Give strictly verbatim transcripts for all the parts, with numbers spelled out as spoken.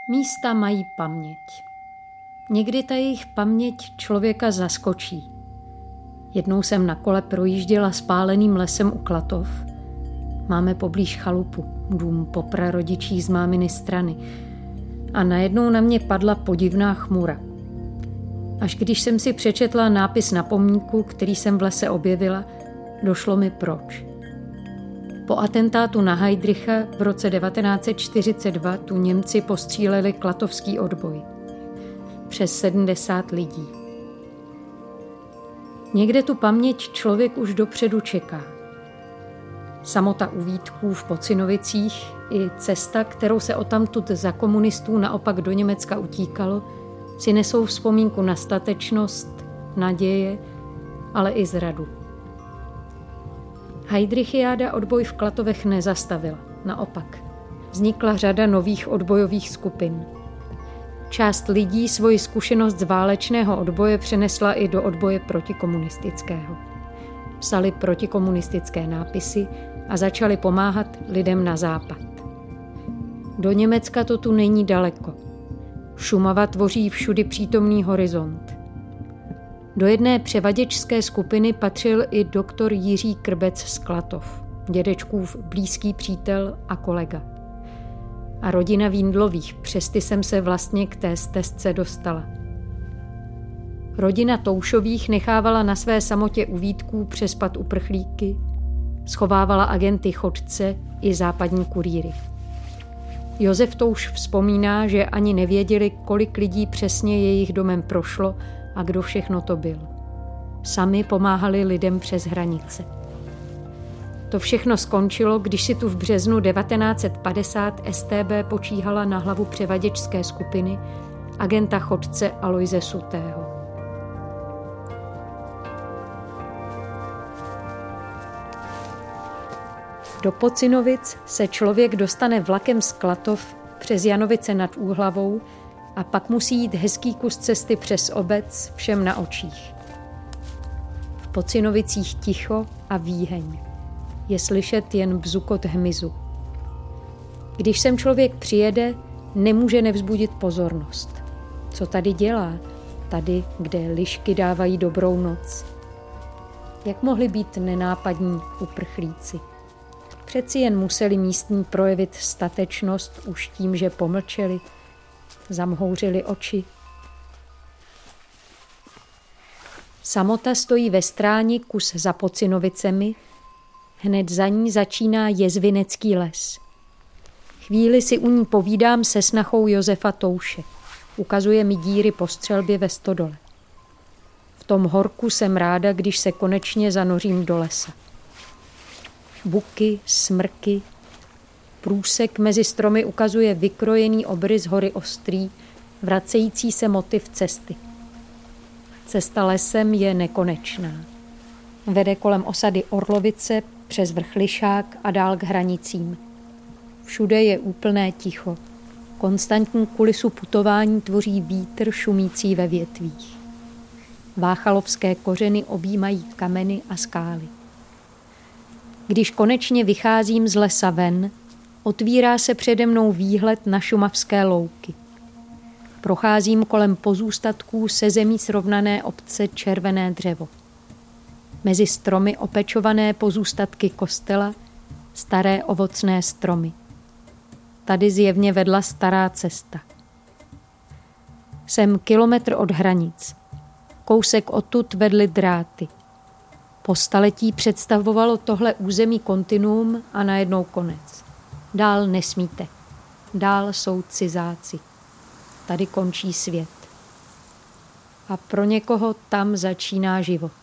Místa mají paměť. Někdy ta jejich paměť člověka zaskočí. Jednou jsem na kole projížděla spáleným lesem u Klatov. Máme poblíž chalupu, dům po prarodičích z máminy strany. A najednou na mě padla podivná chmura. Až když jsem si přečetla nápis na pomníku, který jsem v lese objevila, došlo mi proč. Po atentátu na Heydricha v roce devatenáct set čtyřicet dva tu Němci postříleli klatovský odboj. Přes sedmdesát lidí. Někde tu paměť člověk už dopředu čeká. Samota u Vítků v Pocinovicích i cesta, kterou se odtamtud za komunistů naopak do Německa utíkalo, si nesou vzpomínku na statečnost, naděje, ale i zradu. Heydrichiáda odboj v Klatovech nezastavila, naopak. Vznikla řada nových odbojových skupin. Část lidí svoji zkušenost z válečného odboje přenesla i do odboje protikomunistického. Psali protikomunistické nápisy a začali pomáhat lidem na západ. Do Německa to tu není daleko. Šumava tvoří všudy přítomný horizont. Do jedné převaděčské skupiny patřil i doktor Jiří Krbec z Klatov, dědečkův blízký přítel a kolega. A rodina Víndlových, přes ty jsem se vlastně k té stezce dostala. Rodina Toušových nechávala na své samotě u Vítků přespat uprchlíky, schovávala agenty Chodce i západní kurýry. Josef Touš vzpomíná, že ani nevěděli, kolik lidí přesně jejich domem prošlo a kdo všechno to byl. Sami pomáhali lidem přes hranice. To všechno skončilo, když si tu v březnu devatenáct set padesát S T B počíhala na hlavu převaděčské skupiny agenta Chodce Aloise Sutého. Do Pocinovic se člověk dostane vlakem z Klatov přes Janovice nad Úhlavou a pak musí jít hezký kus cesty přes obec všem na očích. V Pocinovicích ticho a výheň. Je slyšet jen bzukot hmyzu. Když sem člověk přijede, nemůže nevzbudit pozornost. Co tady dělá? Tady, kde lišky dávají dobrou noc. Jak mohli být nenápadní uprchlíci? Přeci jen museli místní projevit statečnost už tím, že pomlčeli, zamhouřili oči. Samota stojí ve stráni kus za Pocinovicemi, hned za ní začíná Jezvinecký les. Chvíli si u ní povídám se snachou Josefa Touše. Ukazuje mi díry po střelbě ve stodole. V tom horku jsem ráda, když se konečně zanořím do lesa. Buky, smrky. Průsek mezi stromy ukazuje vykrojený obrys hory Ostrý, vracející se motiv cesty. Cesta lesem je nekonečná. Vede kolem osady Orlovice, přes vrch Lišák a dál k hranicím. Všude je úplné ticho. Konstantní kulisu putování tvoří vítr šumící ve větvích. Váchalovské kořeny objímají kameny a skály. Když konečně vycházím z lesa ven, otvírá se přede mnou výhled na šumavské louky. Procházím kolem pozůstatků se zemí srovnané obce Červené dřevo. Mezi stromy opečované pozůstatky kostela, staré ovocné stromy. Tady zjevně vedla stará cesta. Jsem kilometr od hranic. Kousek odtud vedly dráty. Po staletí představovalo tohle území kontinuum a najednou konec. Dál nesmíte. Dál jsou cizáci. Tady končí svět. A pro někoho tam začíná život.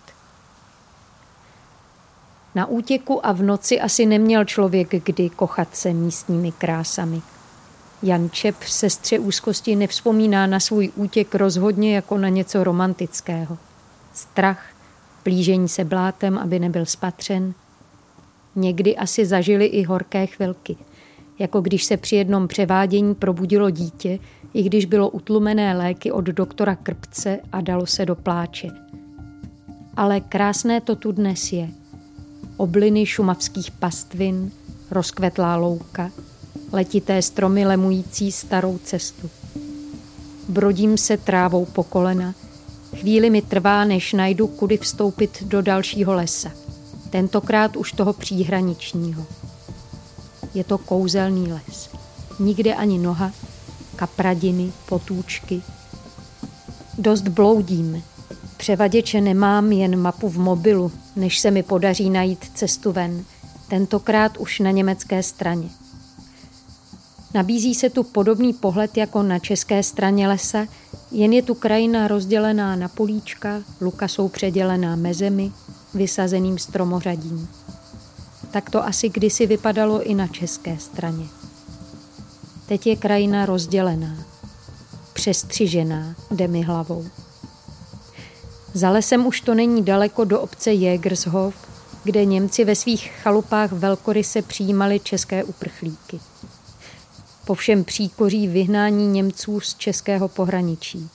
Na útěku a v noci asi neměl člověk kdy kochat se místními krásami. Jan Čep v Sestře úzkosti nevzpomíná na svůj útěk rozhodně jako na něco romantického. Strach, plížení se blátem, aby nebyl spatřen. Někdy asi zažili i horké chvilky, jako když se při jednom převádění probudilo dítě, i když bylo utlumené léky od doktora Krpce a dalo se do pláče. Ale krásné to tu dnes je. Obliny šumavských pastvin, rozkvetlá louka, letité stromy lemující starou cestu. Brodím se trávou po kolena. Chvíli mi trvá, než najdu, kudy vstoupit do dalšího lesa. Tentokrát už toho příhraničního. Je to kouzelný les. Nikde ani noha, kapradiny, potůčky. Dost bloudím. Převaděče nemám, jen mapu v mobilu, než se mi podaří najít cestu ven. Tentokrát už na německé straně. Nabízí se tu podobný pohled jako na české straně lesa, jen je tu krajina rozdělená na políčka, luka jsou předělená mezemi, vysazeným stromořadím. Tak to asi kdysi vypadalo i na české straně. Teď je krajina rozdělená, přestřižená, jde mi hlavou. Za lesem už to není daleko do obce Jägershof, kde Němci ve svých chalupách velkoryse přijímali české uprchlíky. Po všem příkoří vyhnání Němců z českého pohraničí.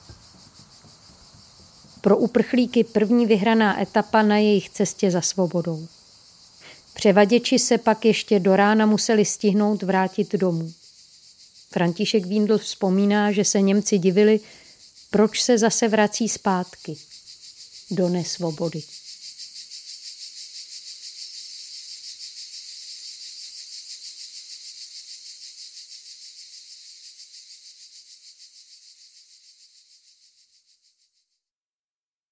Pro uprchlíky první vyhraná etapa na jejich cestě za svobodou. Převaděči se pak ještě do rána museli stihnout vrátit domů. František Víndl vzpomíná, že se Němci divili, proč se zase vrací zpátky do nesvobody.